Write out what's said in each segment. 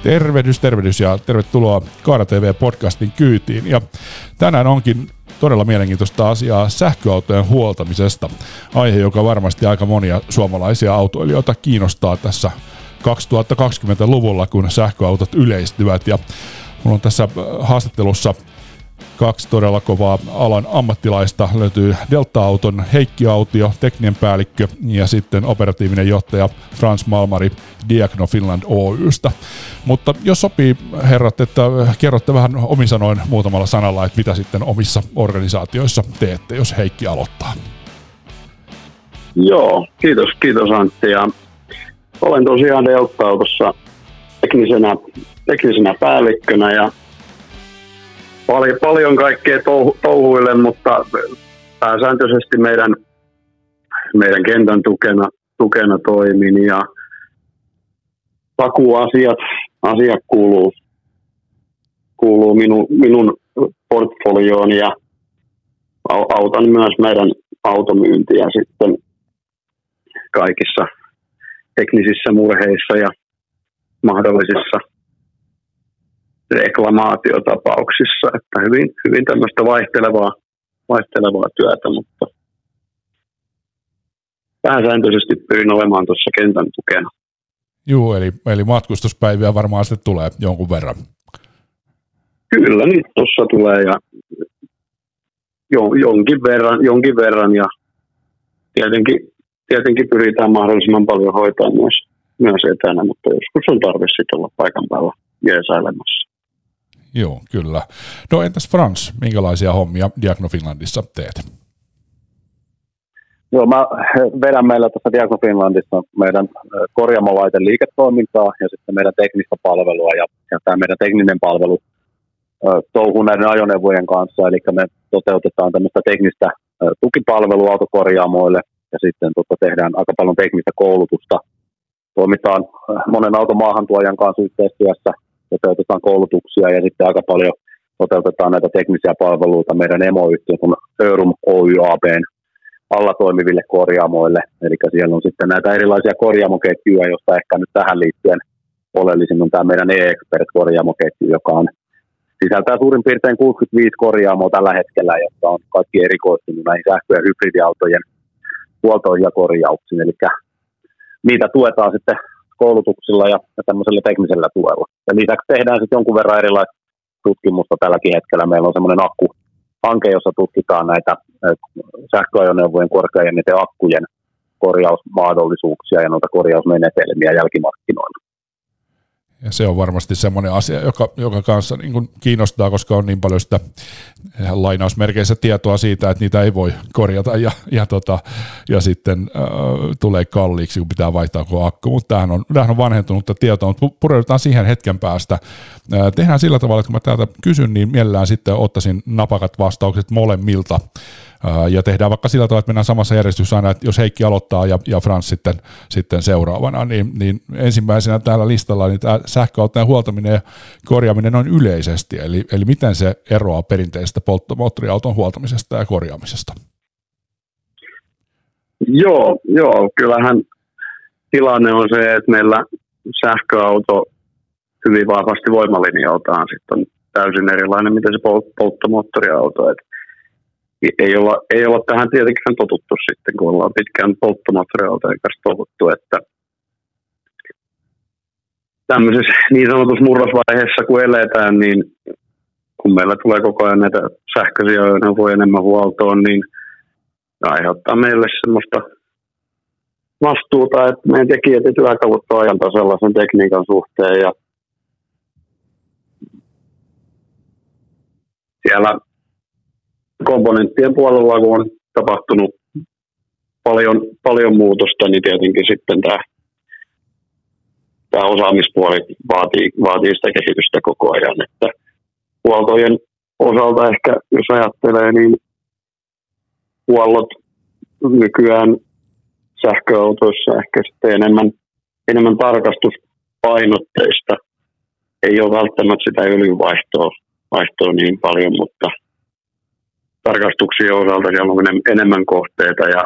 Tervehdys ja tervetuloa Kaara TV-podcastin kyytiin. Ja tänään onkin todella mielenkiintoista asiaa sähköautojen huoltamisesta. Aihe, joka varmasti aika monia suomalaisia autoilijoita kiinnostaa tässä 2020-luvulla, kun sähköautot yleistyvät. Ja mulla on tässä haastattelussa kaksi todella kovaa alan ammattilaista. Löytyy Delta-auton Heikki Autio, tekninen päällikkö, ja sitten operatiivinen johtaja Frans Malmari Diagno Finland Oy:stä. Mutta jos sopii, herrat, että kerrotte vähän omin sanoin muutamalla sanalla, että mitä sitten omissa organisaatioissa teette, jos Heikki aloittaa. Joo, kiitos Antti. Ja olen tosiaan Delta-autossa teknisenä päällikkönä ja paljon kaikkea touhuille, mutta pääsääntöisesti meidän kentän tukena toimin ja takuasiat kuuluu minun portfolioon ja autan myös meidän automyyntiä sitten kaikissa teknisissä murheissa ja mahdollisissa reklamaatiotapauksissa, että hyvin tämmöistä vaihtelevaa työtä, mutta pääsääntöisesti pyrin olemaan tuossa kentän tukena. Joo, eli matkustuspäiviä varmaan sitten tulee jonkun verran. Kyllä, nyt tuossa tulee ja jonkin verran ja tietenkin pyritään mahdollisimman paljon hoitaa myös etänä, mutta joskus on tarve sitten olla paikan päällä jeesailemassa. Joo, kyllä. No entäs Frans, minkälaisia hommia Diagno Finlandissa teet? Joo, mä vedän meillä tässä Diagno Finlandissa meidän korjaamolaiten liiketoimintaa ja sitten meidän teknistä palvelua ja tämä meidän tekninen palvelu touhuu näiden ajoneuvojen kanssa, eli me toteutetaan tämmöistä teknistä tukipalvelua autokorjaamoille ja sitten tehdään aika paljon teknistä koulutusta. Toimitaan monen automaahantuojan kanssa yhteistyössä, toteutetaan koulutuksia ja sitten aika paljon toteutetaan näitä teknisiä palveluita meidän emoyhtiön kun Örum Oy AB:n alla toimiville korjaamoille. Eli siellä on sitten näitä erilaisia korjaamoketjuja, joista ehkä nyt tähän liittyen oleellisin on tämä meidän e-expert-korjaamoketju, joka on sisältää suurin piirtein 65 korjaamoa tällä hetkellä, jotka on kaikki erikoistunut näihin sähkö- ja hybridiautojen huoltoihin ja korjauksiin. Eli niitä tuetaan sitten koulutuksilla ja tämmöisellä teknisellä tuella. Ja lisäksi tehdään sitten jonkun verran erilaista tutkimusta tälläkin hetkellä. Meillä on semmoinen akkuhanke, jossa tutkitaan näitä sähköajoneuvojen korkeajännitteen akkujen korjausmahdollisuuksia ja noita korjausmenetelmiä jälkimarkkinoilla. Ja se on varmasti semmoinen asia, joka kanssa niin kuin kiinnostaa, koska on niin paljon sitä lainausmerkeissä tietoa siitä, että niitä ei voi korjata ja sitten tulee kalliiksi, kun pitää vaihtaa koko akku. Mutta tämähän on vanhentunutta tietoa, mutta pureudutaan siihen hetken päästä. Tehdään sillä tavalla, että kun mä täältä kysyn, niin mielellään sitten ottaisin napakat vastaukset molemmilta. Ja tehdään vaikka sillä tavalla, että mennään samassa järjestyksessä aina, että jos Heikki aloittaa ja Frans sitten seuraavana, niin ensimmäisenä täällä listalla niin tämä sähköautojen huoltaminen ja korjaaminen on yleisesti, eli miten se eroaa perinteisestä polttomoottoriauton huoltamisesta ja korjaamisesta? Joo, kyllähän tilanne on se, että meillä sähköauto hyvin vahvasti voimalinjaltaan sitten on täysin erilainen, mitä se polttomoottoriauto. Ei olla tähän tietenkään totuttu sitten, kun ollaan pitkään polttomoottoriautojen kanssa totuttu, että tämmöisessä niin sanotussa murrosvaiheessa, kun eletään, niin kun meillä tulee koko ajan näitä sähköisiä ajoneuvoja enemmän huoltoon, niin aiheuttaa meille semmoista vastuuta, että meidän tekijät ja työkalut on ajan tasalla sen tekniikan suhteen ja siellä komponenttien puolella, kun on tapahtunut paljon muutosta, niin tietenkin sitten tämä osaamispuoli vaatii sitä kehitystä koko ajan. Että huoltojen osalta ehkä, jos ajattelee, niin huollot nykyään sähköautoissa ehkä sitten enemmän tarkastuspainotteista. Ei ole välttämättä sitä öljynvaihtoa niin paljon, mutta tarkastuksien osalta siellä on enemmän kohteita ja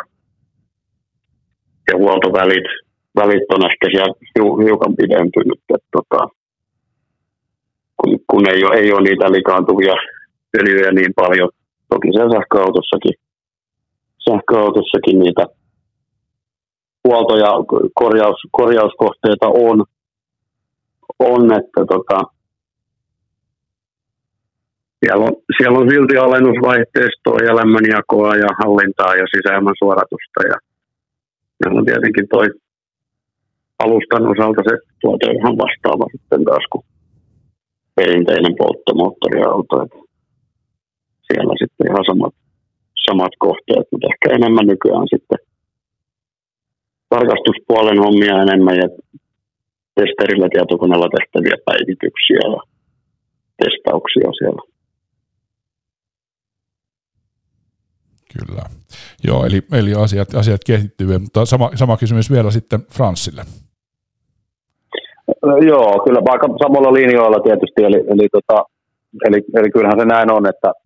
huoltovälit on ehkä siellä hiukan pidentynyt. kun ei ole niitä likaantuvia öljyjä niin paljon. Toki siellä sähköautossakin niitä huolto- ja korjauskohteita on että siellä on silti alennusvaihteistoa ja lämmönjakoa ja hallintaa ja sisäilman suoratusta. Ja on tietenkin toi alustan osalta se tuote ihan vastaava sitten taas kuin perinteinen polttomoottoriauto. Siellä sitten ihan samat kohteet, mutta ehkä enemmän nykyään sitten tarkastuspuolen hommia enemmän ja testerillä tietokoneella tehtäviä päivityksiä ja testauksia siellä. Kyllä. Joo, eli asiat kehittyvät, mutta sama kysymys vielä sitten Franssille. Joo, kyllä aika samalla linjoilla tietysti, eli kyllähän se näin on, että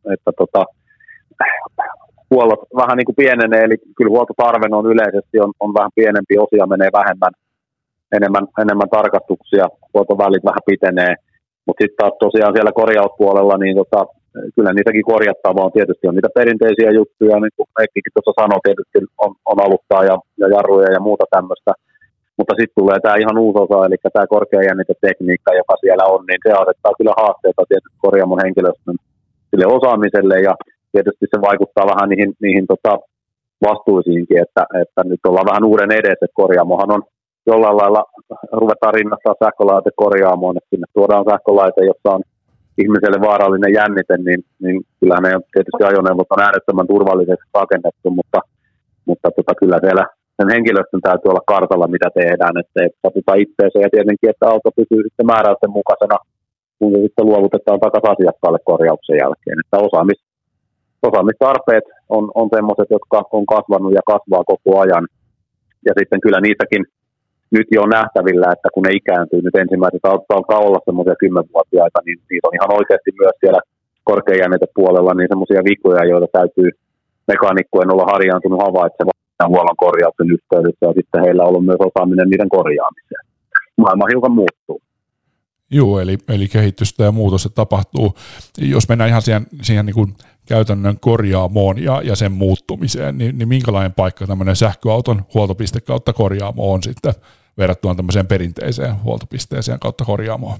huollot vähän niin kuin pienenee, eli kyllä huoltotarve on yleisesti on vähän pienempi, osia menee vähemmän, enemmän tarkastuksia, huoltovälit vähän pitenee, mutta sitten taas tosiaan siellä korjauspuolella, niin kyllä niitäkin korjattavaa on tietysti, on niitä perinteisiä juttuja, niin kuin Heikkikin tuossa sanoi, tietysti on alustaa ja jarruja ja muuta tämmöistä, mutta sitten tulee tämä ihan uusi osa, eli tämä korkeajännitetekniikka, joka siellä on, niin se asettaa kyllä haasteita tietysti korjaamon henkilöstön sille osaamiselle, ja tietysti se vaikuttaa vähän niihin vastuisiinkin, että nyt ollaan vähän uuden edessä, että korjaamohan on jollain lailla, ruvetaan rinnastaa sähkölaite korjaamoon, että sinne tuodaan sähkölaite, jossa on ihmiselle vaarallinen jännite, niin kyllähän ne tietysti ajoneuvot on äärettömän turvalliseksi rakennettu, mutta kyllä siellä sen henkilöstön täytyy olla kartalla, mitä tehdään, ettei satuta itseensä ja tietenkin, että auto pysyy sitten määräysten mukaisena, kun se sitten luovutetaan takaisin asiakkaalle korjauksen jälkeen. Että osaamistarpeet on sellaiset, jotka on kasvanut ja kasvaa koko ajan. Ja sitten kyllä niitäkin nyt jo on nähtävillä, että kun ne ikääntyy, nyt ensimmäiset autot alkaa olla semmoisia 10-vuotiaita, niin niitä on ihan oikeasti myös siellä korkeajännitepuolella niin semmoisia vikoja, joita täytyy mekaanikkojen olla harjaantunut havaitsemaan huollon korjauksen yhteydessä, ja sitten heillä on ollut myös osaaminen niiden korjaamiseen. Maailma hiukan muuttuu. Joo, eli kehitystä ja muutosta tapahtuu. Jos mennään ihan siihen niin kuin käytännön korjaamoon ja sen muuttumiseen, niin minkälainen paikka tämmöinen sähköauton huoltopiste kautta korjaamo on sitten verrattuna tämmöiseen perinteiseen huoltopisteeseen kautta korjaamoon?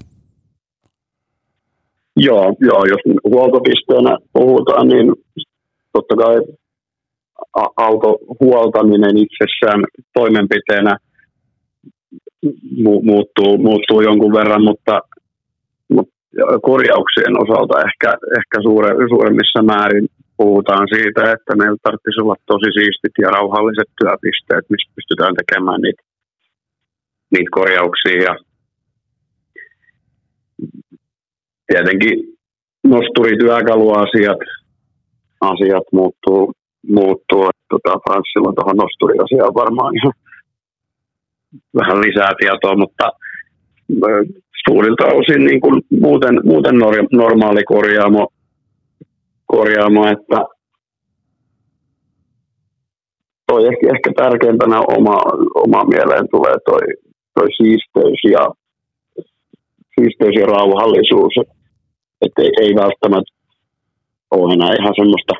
Joo, jos huoltopisteenä puhutaan, niin totta kai autohuoltaminen itsessään toimenpiteenä muuttuu jonkun verran, mutta korjauksien osalta ehkä suuremmissa määrin puhutaan siitä, että meillä tarvitsisi olla tosi siistit ja rauhalliset työpisteet, mistä pystytään tekemään niitä korjauksia. Ja tietenkin nosturityökaluasiat muuttuu. Franssilla tuohon nosturiasiaan varmaan ihan vähän lisää tietoa, mutta suurilta osin niin kuin muuten normaali korjaamo, että toi ehkä tärkeimpänä oma mieleen tulee toi siisteys ja rauhallisuus, että ei välttämättä ole enää ihan semmoista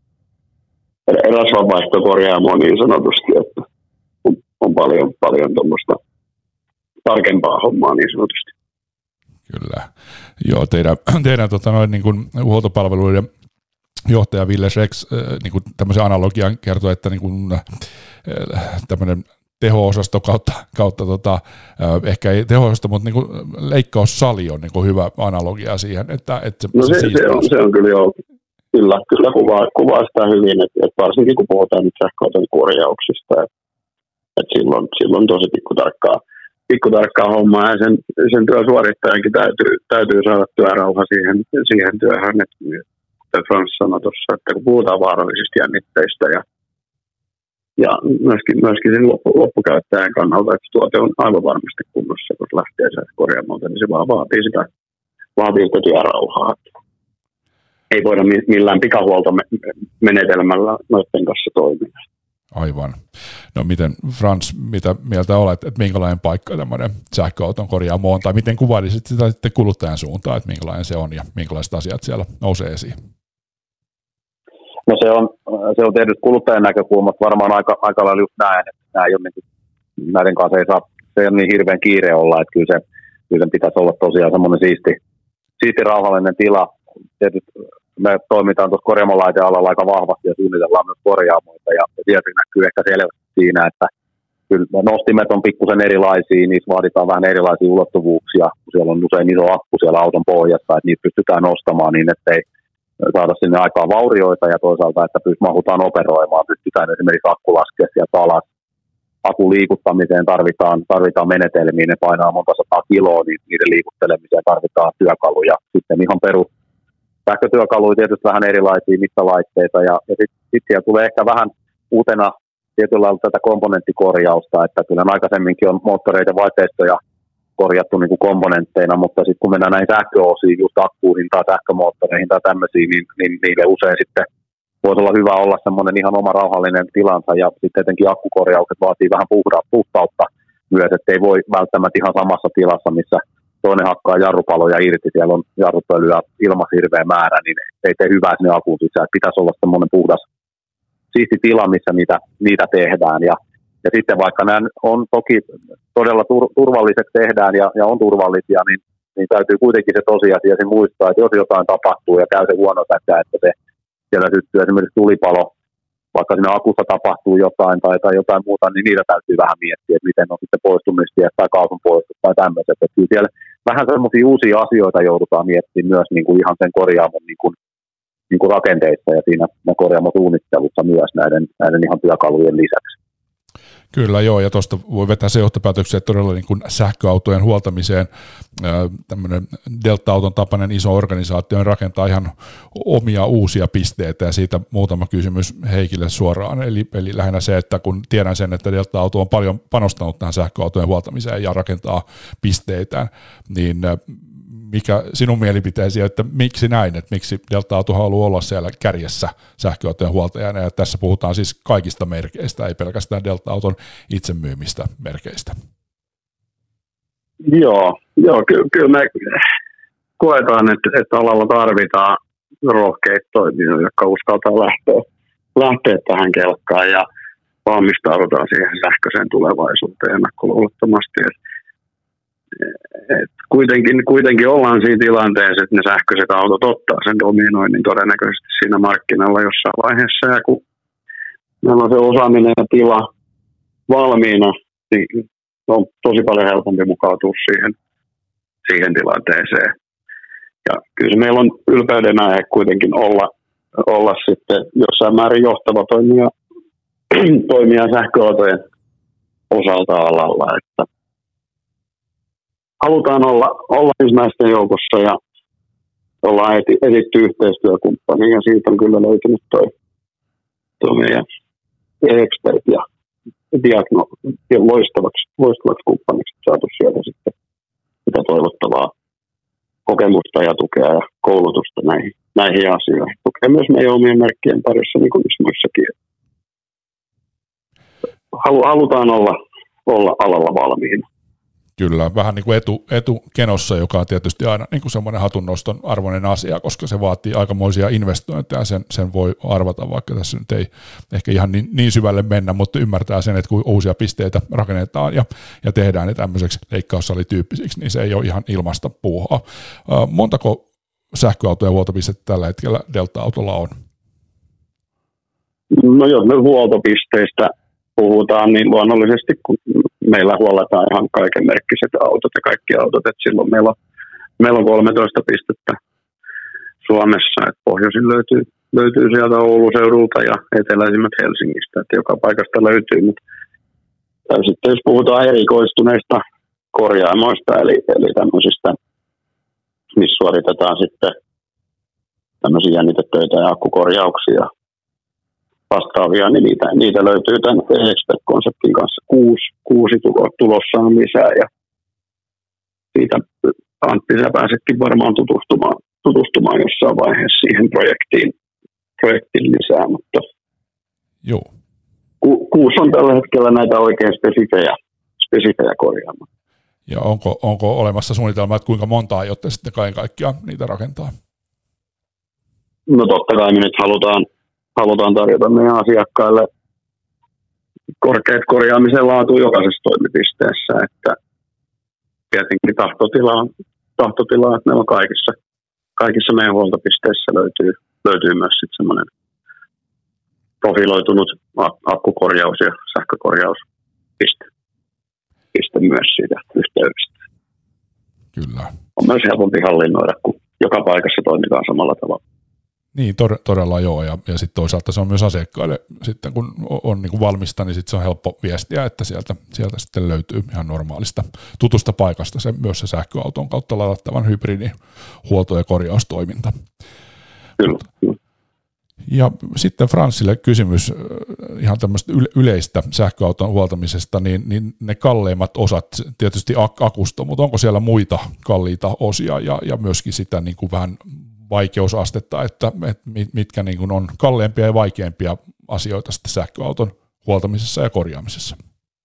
rasvanvaihtokorjaamoa niin sanotusti, että on paljon tuommoista tarkempaa hommaa niin sanotusti. Kyllä. Joo, teidän niin kuin huoltopalveluiden johtaja Ville Rex niin kuin tämmöisen analogian kertoi, että niin kuin, tämmöinen teho-osasto kautta ehkä ei teho-osasto, mutta niin kuin leikkaussali on niin kuin hyvä analogia siihen. Että se on kyllä joo. Kyllä kuvaa sitä hyvin, että varsinkin kun puhutaan nyt sähköauton korjauksista, että silloin tosi pikkutarkkaa hommaa ja sen työsuorittajankin täytyy saada työrauha siihen työhön, että Frans sanoi tuossa, että kun puhutaan vaarallisista jännitteistä ja myöskin sen loppukäyttäjän kannalta, että tuote on aivan varmasti kunnossa, kun lähtee se korjaamalta, niin se vaan vaatii sitä työrauhaa. Ei voida millään pikahuoltomenetelmällä noiden kanssa toimia. Aivan. No miten, Frans, mitä mieltä olet, että minkälainen paikka tämmöinen sähköauton korjaamo on, tai miten kuvailisit sitä sitten kuluttajan suuntaan, että minkälainen se on ja minkälaiset asiat siellä nousee esiin? No se on tietysti kuluttajan näkökulmasta varmaan aika lailla just näin, että nämä ei ole näiden kanssa se ei ole niin hirveän kiire olla, että kyllä sen pitäisi olla tosiaan semmoinen siisti rauhallinen tila. Tietysti me toimitaan tuossa korjaamolaitealalla aika vahvasti ja suunnitellaan myös korjaamoita ja sieltä näkyy ehkä selvästi siinä, että kyllä nostimet on pikkusen erilaisia, niissä vaaditaan vähän erilaisia ulottuvuuksia, kun siellä on usein iso akku siellä auton pohjassa, että niitä pystytään nostamaan niin, ettei saada sinne aikaan vaurioita ja toisaalta, että mahutaan operoimaan, pystytään esimerkiksi akku laskea sieltä alas. Akun liikuttamiseen tarvitaan menetelmiä, ne painaa monta 100 kiloa, niin niiden liikuttelemiseen tarvitaan työkaluja. Sitten ihan perus sähkötyökaluja, tietysti vähän erilaisia mittalaitteita, ja sitten siellä tulee ehkä vähän uutena tietyllä lailla tätä komponenttikorjausta, että kyllä aikaisemminkin on moottoreiden vaihteistoja korjattu niin kuin komponentteina, mutta sitten kun mennään näihin sähköosiin, just akkuihin tai sähkömoottoreihin tai tämmöisiin, niin niille usein sitten voisi olla hyvä olla semmoinen ihan oma rauhallinen tilansa, ja sitten etenkin akkukorjaukset vaatii vähän puhtautta myös, ettei voi välttämättä ihan samassa tilassa, missä toinen hakkaa jarrupaloja irti, siellä on jarrupölyä ilmassa hirveä määrä, niin ei tee hyvää sinne akun sisään. Pitäisi olla semmoinen puhdas, siisti tila, missä niitä tehdään. Ja sitten vaikka nämä on toki todella turvalliseksi tehdään ja on turvallisia, niin täytyy kuitenkin se tosiasia muistaa, että jos jotain tapahtuu ja käy se huono säkä, että siellä syttyy esimerkiksi tulipalo, vaikka siinä akussa tapahtuu jotain tai jotain muuta, niin niitä täytyy vähän miettiä, että miten on sitten poistumistiet tai kaasun poistus tai tämmöiset. Että kyllä siellä vähän sellaisia uusia asioita joudutaan miettimään myös niin kuin ihan sen korjaamon niin kuin rakenteissa ja siinä korjaamosuunnittelussa myös näiden ihan työkalujen lisäksi. Kyllä joo, ja tuosta voi vetää se johtopäätöksiä, että todella niin kuin sähköautojen huoltamiseen tämmöinen Delta-auton tapainen iso organisaatio rakentaa ihan omia uusia pisteitä, ja siitä muutama kysymys Heikille suoraan, eli lähinnä se, että kun tiedän sen, että Delta-auto on paljon panostanut tähän sähköautojen huoltamiseen ja rakentaa pisteitä, niin mikä sinun mielipiteesi, että miksi näin, että miksi Delta-auto haluaa olla siellä kärjessä sähköautojen huoltajana, ja tässä puhutaan siis kaikista merkeistä, ei pelkästään Delta-auton itse myymistä merkeistä. Joo, kyllä me koetaan, että alalla tarvitaan rohkeita toimijoita, jotka uskaltaa lähteä tähän kelkkaan ja valmistaudutaan siihen sähköiseen tulevaisuuteen ennakkoluulottomasti. Kuitenkin ollaan siinä tilanteessa, että ne sähköiset autot ottaa sen dominoinnin todennäköisesti siinä markkinalla jossain vaiheessa. Ja kun meillä on se osaaminen ja tila valmiina, niin on tosi paljon helpompi mukautua siihen tilanteeseen. Ja kyllä meillä on ylpeyden aihe kuitenkin olla sitten jossain määrin johtava toimija sähköautojen osalta alalla, että halutaan olla ensimmäisten joukossa ja ollaan etitty yhteistyökumppani ja siitä on kyllä löytynyt tuo meidän expert ja loistavaksi kumppaniksi saatu sieltä sitten sitä toivottavaa kokemusta ja tukea ja koulutusta näihin asioihin. Tukea myös meidän omien merkkien parissa niin kuin muissakin. Halutaan olla alalla valmiina. Kyllä, vähän niin kuin etukenossa, joka on tietysti aina niin kuin semmoinen hatunnoston arvoinen asia, koska se vaatii aikamoisia investointeja, sen voi arvata, vaikka tässä nyt ei ehkä ihan niin syvälle mennä, mutta ymmärtää sen, että kun uusia pisteitä rakennetaan ja tehdään ne tämmöiseksi leikkaussalityyppisiksi, niin se ei ole ihan ilmasta puuhaa. Montako sähköautojen huoltopistettä tällä hetkellä Delta-autolla on? No jos me huoltopisteistä puhutaan, niin luonnollisesti, kun meillä huolletaan ihan kaiken merkkiset autot ja kaikki autot, että silloin meillä on 13 pistettä Suomessa, että pohjoisin löytyy sieltä Oulun seudulta ja eteläisimmät Helsingistä, että joka paikasta löytyy, mutta sitten jos puhutaan erikoistuneista korjaamoista, eli tämmöisistä, missä suoritetaan sitten tämmöisiä jännitetöitä ja akkukorjauksia vastaavia, niin niitä löytyy tämän Expert-konseptin kanssa kuusi tulossa on lisää, ja siitä Antti, sä pääsetkin varmaan tutustumaan jossain vaiheessa siihen projektiin lisää, mutta joo. 6 on tällä hetkellä näitä oikein spesifejä korjaamaan. Ja onko olemassa suunnitelma, että kuinka monta aiotte sitten kaiken kaikkiaan niitä rakentaa? No totta kai me nyt halutaan tarjota meidän asiakkaille korkeat korjaamisen laatu jokaisessa toimipisteessä, että tietenkin tahtotila, että meillä on kaikissa meidän huoltopisteissä löytyy myös sitten semmoinen profiloitunut akkukorjaus ja sähkökorjauspiste myös siitä yhteydestä. Kyllä. On myös helpompi hallinnoida, kun joka paikassa toimitaan samalla tavalla. Niin, todella joo, ja sitten toisaalta se on myös asiakkaille, sitten kun on niin kuin valmista, niin sitten se on helppo viestiä, että sieltä sitten löytyy ihan normaalista tutusta paikasta myös se sähköauton kautta ladattavan hybridin huolto- ja korjaustoiminta. Kyllä. Ja sitten Franssille kysymys ihan tämmöistä yleistä sähköauton huoltamisesta, niin ne kalleimmat osat, tietysti akusto, mutta onko siellä muita kalliita osia ja myöskin sitä niin kuin vähän vaikeusastetta, että mitkä niin kuin on kalleimpia ja vaikeampia asioita sitten sähköauton huoltamisessa ja korjaamisessa?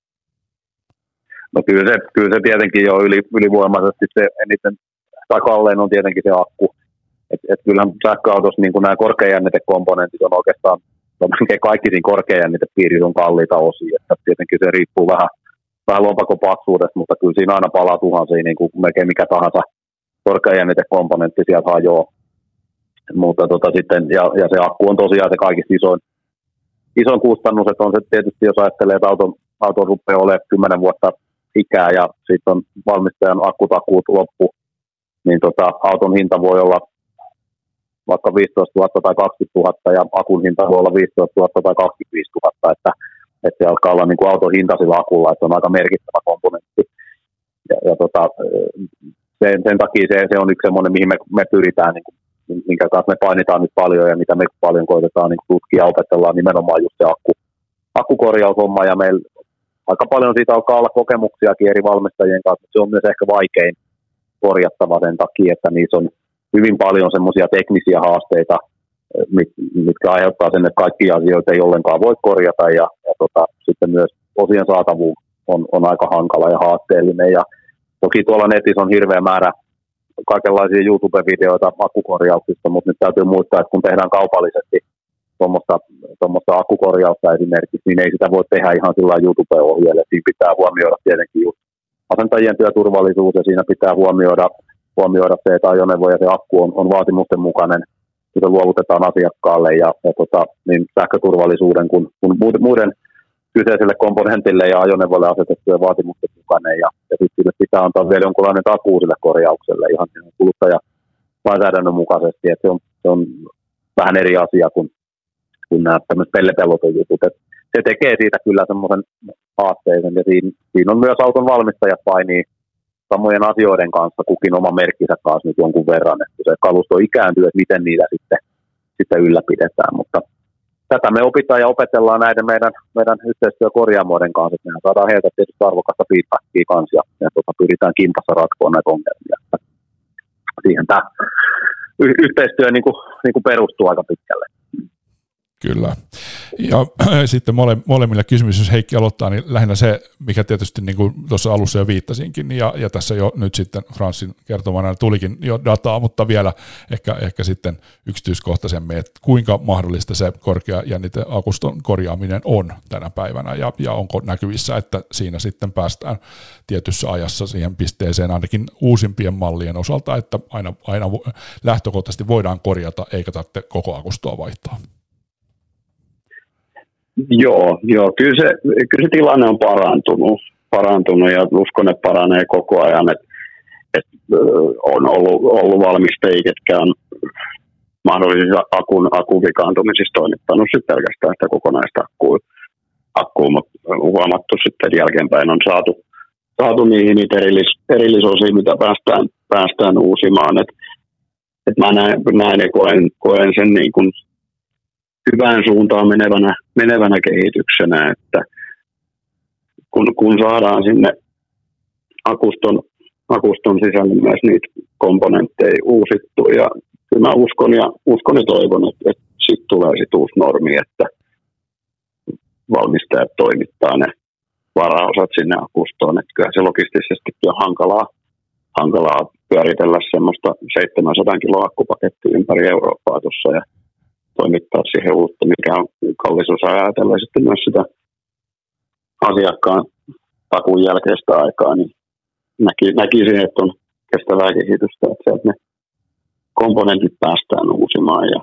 No kyllä se tietenkin jo ylivoimaisesti se eniten, tai kallein on tietenkin se akku. Et kyllähän sähköautossa niin nämä korkeajännitekomponentit on oikeastaan, kaikki siinä korkeajännitepiirissä on kalliita osia. Että tietenkin se riippuu vähän lompakon paksuudesta, mutta kyllä siinä aina palaa tuhansia, niin kuin melkein mikä tahansa korkeajännitekomponentti sieltä hajoaa. Mutta sitten, ja se akku on tosiaan se kaikista isoin kustannus, että on se tietysti, jos ajattelee, että auto rupeaa olemaan 10 vuotta ikää ja sitten on valmistajan akkutakuut loppu, niin auton hinta voi olla vaikka 15 000 tai 20 000 ja akun hinta voi olla 15 000 tai 25 000, että se alkaa olla niin kuin auton hinta sillä akulla, että se on aika merkittävä komponentti. Sen takia se on yksi semmoinen, mihin me pyritään, niin kuin, minkä kanssa me painitaan nyt paljon ja mitä me paljon koitetaan niin tutkia ja opetellaan nimenomaan just se akkukorjaushomma, ja meillä aika paljon siitä alkaa olla kokemuksiakin eri valmistajien kanssa, mutta se on myös ehkä vaikein korjattava sen takia, että niissä on hyvin paljon semmoisia teknisiä haasteita, mitkä aiheuttaa sen, että kaikkia asioita ei ollenkaan voi korjata, ja sitten myös osien saatavuus on aika hankala ja haasteellinen, ja toki tuolla netissä on hirveä määrä kaikenlaisia YouTube-videoita akkukorjauksista, mutta nyt täytyy muistaa, että kun tehdään kaupallisesti tuommoista akkukorjausta esimerkiksi, niin ei sitä voi tehdä ihan sillä YouTube-ohjeelle. Siinä pitää huomioida tietenkin just asentajien työturvallisuus, ja siinä pitää huomioida se, että ajoneuvo ja se akku on vaatimusten mukainen, kun se luovutetaan asiakkaalle, ja niin sähköturvallisuuden kuin muiden kyseiselle komponentille ja ajoneuvolle asetettujen vaatimusten mukainen, ja sitten pitää antaa vielä jonkunlainen takuu sille korjaukselle ihan kuluttajalainsäädännön mukaisesti, että se on vähän eri asia kuin nämä tämmöiset pellepellotujutut. Se tekee siitä kyllä semmoisen haasteisen, ja siinä on myös auton valmistajat painii samojen asioiden kanssa kukin oma merkkinsä kanssa nyt jonkun verran, että se kalusto ikääntyy, että miten niitä sitten ylläpidetään, mutta tätä me opitaan ja opetellaan näiden meidän yhteistyökorjaamoiden kanssa, että mehän saadaan heiltä tietysti arvokasta feedbackia kanssa, ja pyritään kimpassa ratkoon näitä ongelmia. Siihen tämä yhteistyö niin kuin perustuu aika pitkälle. Kyllä. Ja sitten molemmille kysymys, jos Heikki aloittaa, niin lähinnä se, mikä tietysti niin kuin tuossa alussa jo viittasinkin, ja tässä jo nyt sitten Franssin kertomana tulikin jo dataa, mutta vielä ehkä sitten yksityiskohtaisemmin, että kuinka mahdollista se korkeajänniteakuston korjaaminen on tänä päivänä, ja onko näkyvissä, että siinä sitten päästään tietyssä ajassa siihen pisteeseen ainakin uusimpien mallien osalta, että aina lähtökohtaisesti voidaan korjata, eikä tarvitse koko akustoa vaihtaa. Joo, kyllä se tilanne on parantunut ja uskon, että paranee koko ajan, että on ollut valmistajia, ketkä on mahdollisissa akun vikaantumisissa toimittanut sitten pelkästään sitä kokonaista akkua, mutta huomattu sitten jälkeenpäin on saatu niitä erillisosia, mitä päästään uusimaan, että mä näen ja koen sen niin kuin hyvään suuntaan menevänä kehityksenä, että kun saadaan sinne akuston sisälle myös niitä komponentteja uusittua, ja kyllä mä uskon ja toivon, että siitä tulee sitten uusi normi, että valmistajat toimittaa ne varaosat sinne akustoon. Että kyllä se logistisesti on hankalaa pyöritellä semmoista 700 kiloa akkupakettia ympäri Eurooppaa tuossa ja toimittaa siihen uutta, mikä on kallisuus ajatella sitten myös sitä asiakkaan takuun jälkeistä aikaa, niin näkisin, että on kestävää kehitystä, että sieltä ne komponentit päästään uusimaan ja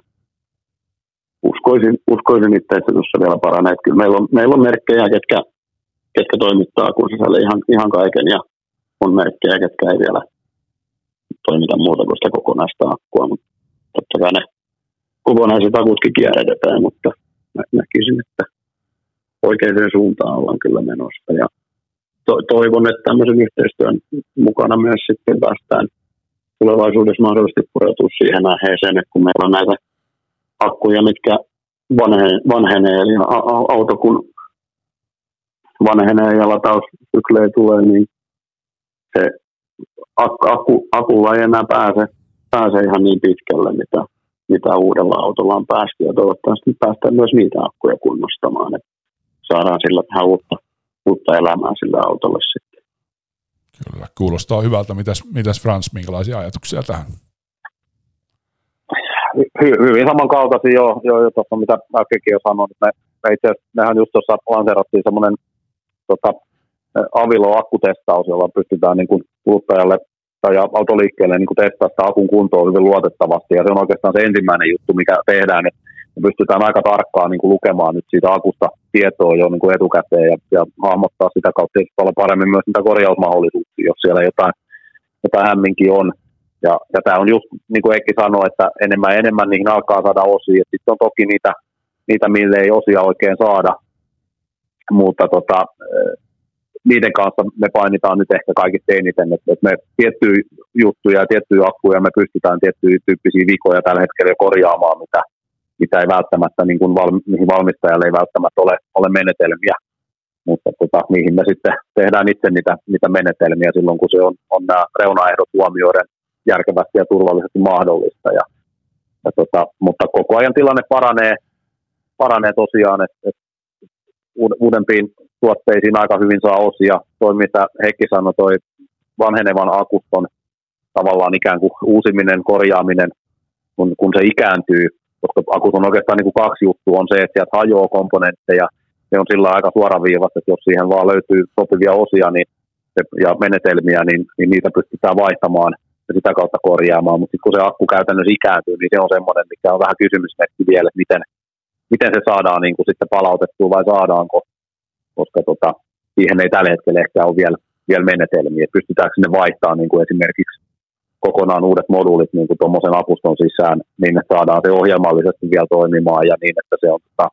uskoisin itse, että tuossa vielä paranee. Että kyllä meillä on merkkejä, ketkä toimittaa akun sisälle ihan kaiken ja on merkkejä, ketkä ei vielä toimita muuta kuin sitä kokonaista akkua, mutta totta kai ne kokonaiset akutkin kierrätetään, mutta näkisin, että oikeaan suuntaan ollaan kyllä menossa ja toivon, että tämmöisen yhteistyön mukana myös sitten päästään tulevaisuudessa mahdollisesti pureutua siihen aiheeseen, että kun meillä on näitä akkuja, mitkä vanhenee, eli auto kun vanhenee ja lataussykleja tulee, niin se akulla ei enää pääse ihan niin pitkälle, mitä uudella autolla on päästy, ja toivottavasti päästään myös niitä akkuja kunnostamaan, että saadaan sillä vähän uutta elämää sillä autolle sitten. Kyllä, kuulostaa hyvältä. Mitäs Frans, minkälaisia ajatuksia tähän? Hyvin samankaltaisia jo tuossa, mitä äskenkin jo sanoin. Mehän just tuossa lanseerattiin semmoinen Avilo-akkutestaus, jolla pystytään niin kuin kuluttajalle tai autoliikkeelle niin kuin testaa sitä akun kuntoa hyvin luotettavasti. Ja se on oikeastaan se ensimmäinen juttu, mikä tehdään, että me pystytään aika tarkkaan niin kuin lukemaan nyt siitä akusta tietoa jo niin kuin etukäteen ja hahmottaa sitä kautta paljon paremmin myös niitä korjausmahdollisuuksia, jos siellä jotain hämminkin on. Ja tämä on just, niin kuin Eikki sanoi, että enemmän niihin alkaa saada osia. Sitten on toki niitä, mille ei osia oikein saada, mutta niiden kanssa me painitaan nyt ehkä kaikista eniten, että me tiettyjä juttuja ja tiettyjä akkuja me pystytään tiettyjä tyyppisiä vikoja tällä hetkellä jo korjaamaan, mitä ei välttämättä, niin kuin mihin valmistajalle ei välttämättä ole menetelmiä, mutta niihin me sitten tehdään itse niitä menetelmiä silloin, kun se on nämä reunaehdot huomioiden järkevästi ja turvallisesti mahdollista. Mutta koko ajan tilanne paranee tosiaan, että uudempiin tuotteisiin aika hyvin saa osia. Toi, mitä Heikki sanoi, toi vanhenevan akuston tavallaan ikään kuin uusiminen, korjaaminen, kun se ikääntyy, koska akut on oikeastaan niin kuin kaksi juttua, on se, että sieltä hajoaa komponentteja, se on sillä aika suoraviivasta, että jos siihen vaan löytyy sopivia osia ja menetelmiä, niin niitä pystytään vaihtamaan ja sitä kautta korjaamaan, mutta sitten kun se akku käytännössä ikääntyy, niin se on semmoinen, mikä on vähän kysymysmerkki vielä, että miten se saadaan niin kuin sitten palautettua vai saadaanko, koska siihen ei tällä hetkellä ehkä ole vielä menetelmiä, että pystytäänkö sinne vaihtamaan niin kuin esimerkiksi kokonaan uudet moduulit niin kuin tuommoisen akuston sisään, niin että saadaan se ohjelmallisesti vielä toimimaan ja niin, että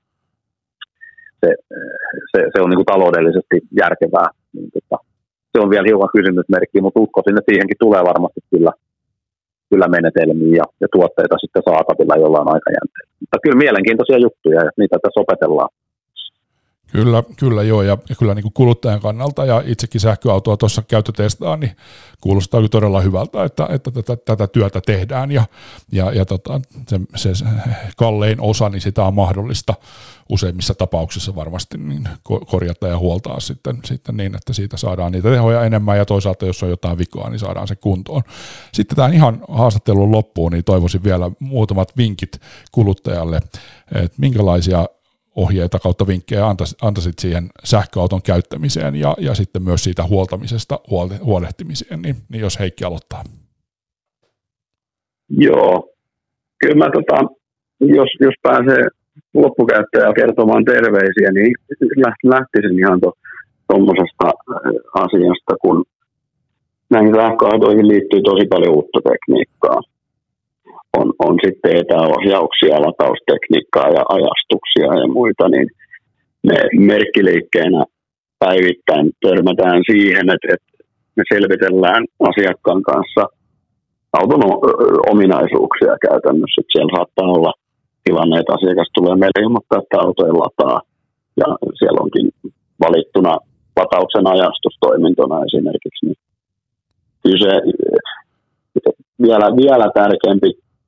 se on niin kuin taloudellisesti järkevää. Niin, se on vielä hiukan kysymysmerkki, mutta uskoisin, että siihenkin tulee varmasti kyllä menetelmiä ja tuotteita sitten saatavilla jollain aikajänteellä. Mutta kyllä mielenkiintoisia juttuja ja niitä tässä opetellaan. Kyllä joo, ja kyllä niin kuin kuluttajan kannalta ja itsekin sähköautoa tuossa käyttötestaan, niin kuulostaa todella hyvältä, että tätä työtä tehdään ja se kallein osa, niin sitä on mahdollista useimmissa tapauksissa varmasti niin korjata ja huoltaa sitten niin, että siitä saadaan niitä tehoja enemmän ja toisaalta jos on jotain vikaa, niin saadaan se kuntoon. Sitten tämän ihan haastattelun loppuun, niin toivoisin vielä muutamat vinkit kuluttajalle, että minkälaisia ohjeita kautta vinkkejä antaisit siihen sähköauton käyttämiseen ja sitten myös siitä huoltamisesta huolehtimiseen, niin jos Heikki aloittaa. Joo, kyllä mä jos pääsee loppukäyttäjään kertomaan terveisiä, niin lähtisin ihan tuommoisesta asiasta, kun näihin sähköautoihin liittyy tosi paljon uutta tekniikkaa. On sitten etäohjauksia, lataustekniikkaa ja ajastuksia ja muita, niin me merkkiliikkeenä päivittäin törmätään siihen, että me selvitellään asiakkaan kanssa auton ominaisuuksia käytännössä. Että siellä saattaa olla tilanne, että asiakas tulee meille ilmoittaa, että auto ei lataa, ja siellä onkin valittuna latauksen ajastustoimintona esimerkiksi. Niin kyllä se vielä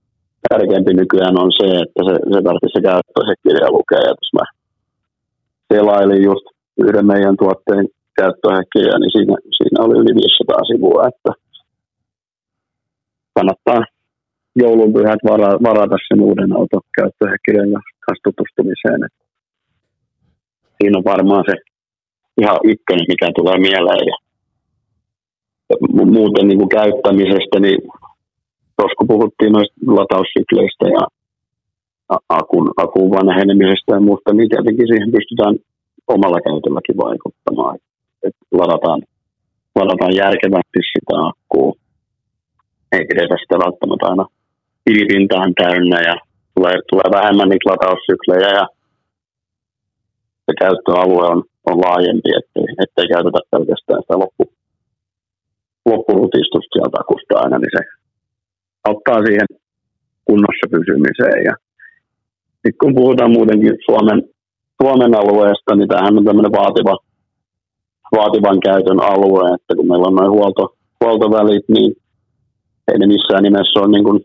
tärkeämpi nykyään on se, että se tarvitsee se käyttöönsä kirja lukea, ja mä selailin just yhden meidän tuotteen käyttöhäkkejä, niin siinä oli yli 500 sivua, että kannattaa joulunpyhät varata sen uuden auton käyttöhäkkeen kanssa tutustumiseen. Siinä on varmaan se ihan ykkönen, mikä tulee mieleen. Ja muuten niin kuin käyttämisestä, niin tuossa kun puhuttiin noista lataussykleistä ja akun vanhenemisesta ja muusta, niin tietenkin siihen pystytään omalla käytölläkin vaikuttamaan. Et ladataan järkevästi sitä akkua. Ei pidetä sitä välttämättä aina pilipintaan täynnä ja tulee vähemmän niitä lataussyklejä ja se käyttöalue on laajempi, ettei käytetä pelkästään sitä loppurutistusta sieltä akusta aina, niin se auttaa siihen kunnossa pysymiseen. Ja sitten kun puhutaan muutenkin Suomen alueesta, niin tämähän on tämmöinen vaativan käytön alue, että kun meillä on noin huoltovälit, niin ei ne missään nimessä ole niin kuin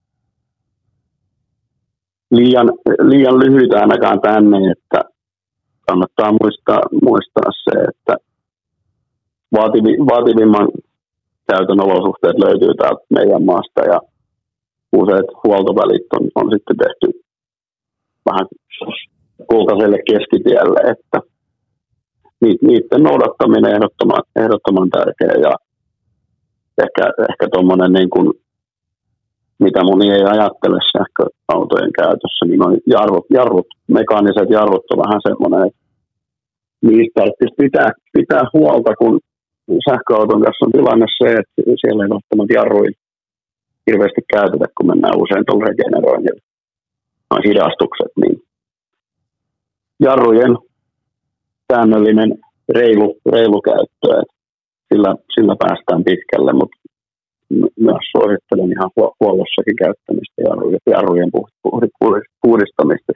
liian lyhyitä ainakaan tänne, että kannattaa muistaa se, että vaativimman käytön olosuhteet löytyy täältä meidän maasta ja useat huoltovälit on sitten tehty vähän kultaiselle keskitielle, että niiden noudattaminen ehdottoman tärkeä ja ehkä tuommoinen niin kuin mitä moni ei ajattele sähköautojen käytössä, niin on mekaaniset jarrut on vähän semmoinen, että niistä tarvitsisi pitää huolta, kun sähköauton kanssa on tilanne se, että siellä ei välttämättä jarruja hirveästi käytetä, kun mennään usein tuolla regeneroinnilla. Noin hidastukset, niin jarrujen säännöllinen reilu käyttö, että sillä päästään pitkälle, mutta myös suosittelen ihan huollossakin käyttämistä jarrujen puhdistamista.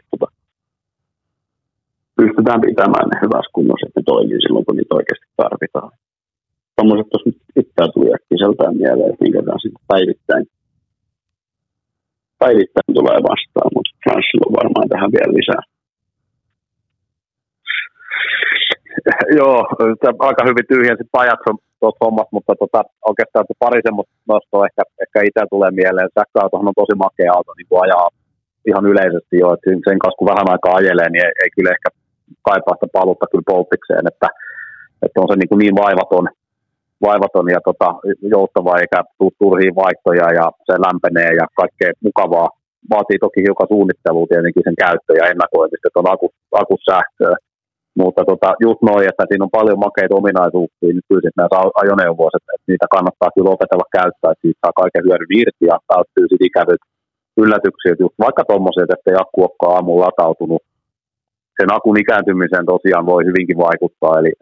Pystytään pitämään ne hyvässä kunnossa, että ne toimii silloin, kun niitä oikeasti tarvitaan. Tuommoiset tuossa nyt itseään tuli äkkiseltään mieleen, että minkä kanssa päivittäin tulee vastaan, mutta Franssilla on varmaan tähän vielä lisää. Joo, aika hyvin tyhjensi Pajatson tuossa hommassa, mutta oikeastaan se pari semmoista nostoa ehkä itse tulee mieleen. Sähköautohan on tosi makea auto niin kuin ajaa ihan yleisesti jo, että sen kanssa kun vähän aikaa ajelee, niin ei kyllä ehkä kaipaa sitä paluutta kyllä polttikseen, että on se niin vaivaton ja joustava eikä tule turhiin vaihtoja ja se lämpenee ja kaikkea mukavaa. Vaatii toki hiukan suunnittelua tietenkin sen käyttö ja ennakoimista, että on akussähköä. Mutta just noin, että siinä on paljon makeita ominaisuuksia nyt kyllä näissä ajoneuvoissa, että niitä kannattaa kyllä opetella käyttää, että siitä saa kaiken hyödyn irti ja välttyy sitten ikävyt yllätyksiä, just vaikka tommoiset, että ei akku olekaan aamulla latautunut. Sen akun ikääntymiseen tosiaan voi hyvinkin vaikuttaa, eli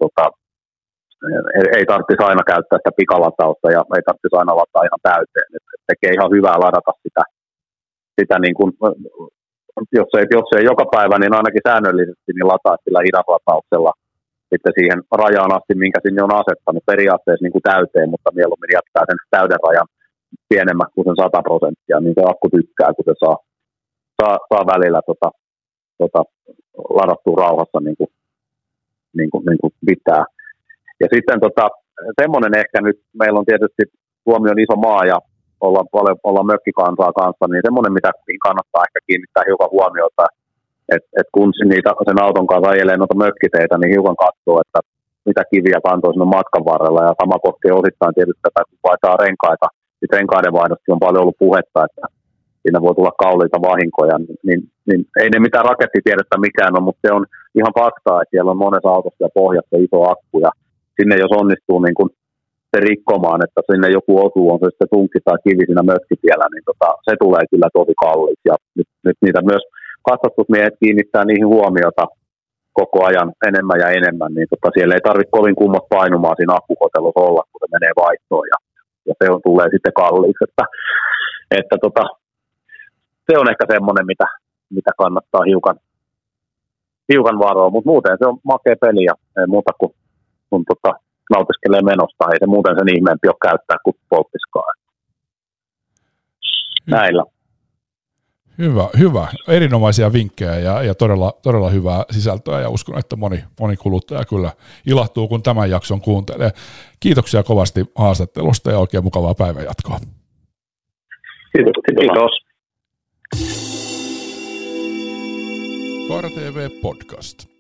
ei tarvitsisi aina käyttää sitä pikalatausta ja ei tarvitsisi aina lataa ihan täyteen. Et tekee ihan hyvää ladata sitä niin kuin, jos ei joka päivä, niin ainakin säännöllisesti niin lataa sillä hidaslatauksella sitten siihen rajaan asti, minkä sinne on asettanut periaatteessa niin kuin täyteen, mutta mieluummin jättää sen täyden rajan pienemmäksi kuin sen 100%, niin se akku tykkää, kun se saa välillä ladattua rauhassa niin kuin pitää. Ja sitten semmoinen ehkä nyt, meillä on tietysti Suomi on iso maa ja ollaan mökkikansaa kanssa, niin semmoinen, mitä kannattaa ehkä kiinnittää hiukan huomiota, että kun sen auton kanssa ajelee noita mökkiteitä, niin hiukan katsoo, että mitä kiviä kantoo sinne matkan varrella, ja sama koskee osittain tietysti tätä, kun vaihtaa renkaita, sitten renkaiden vaihdosta on paljon ollut puhetta, että siinä voi tulla kalliita vahinkoja, niin ei ne mitään rakettitiedettä mikään ole, mutta se on ihan faktaa, että siellä on monessa autossa ja pohjassa iso akku, ja sinne jos onnistuu niin kun se rikkomaan, että sinne joku osuu, on se sitten tunkki tai kivi siinä mökkitiellä, niin se tulee kyllä tosi kalliiksi. Ja nyt niitä myös katsastusmiehet kiinnittää niihin huomiota koko ajan enemmän ja enemmän, niin siellä ei tarvitse kovin kummat painumaan siinä akkukotelossa olla, kun se menee vaihtoon ja se tulee sitten kalliiksi. Että se on ehkä semmoinen, mitä kannattaa hiukan varoa, mutta muuten se on makea peli ja ei muuta kuin kun nautiskelee menosta, ei se muuten sen ihmeempi ole käyttää kuin polttiskaan. Näillä. Hyvä. Erinomaisia vinkkejä ja todella hyvää sisältöä ja uskon, että moni kuluttaja kyllä ilahtuu, kun tämän jakson kuuntelee. Kiitoksia kovasti haastattelusta ja oikein mukavaa päivänjatkoa. Kiitos. Koira TV Podcast.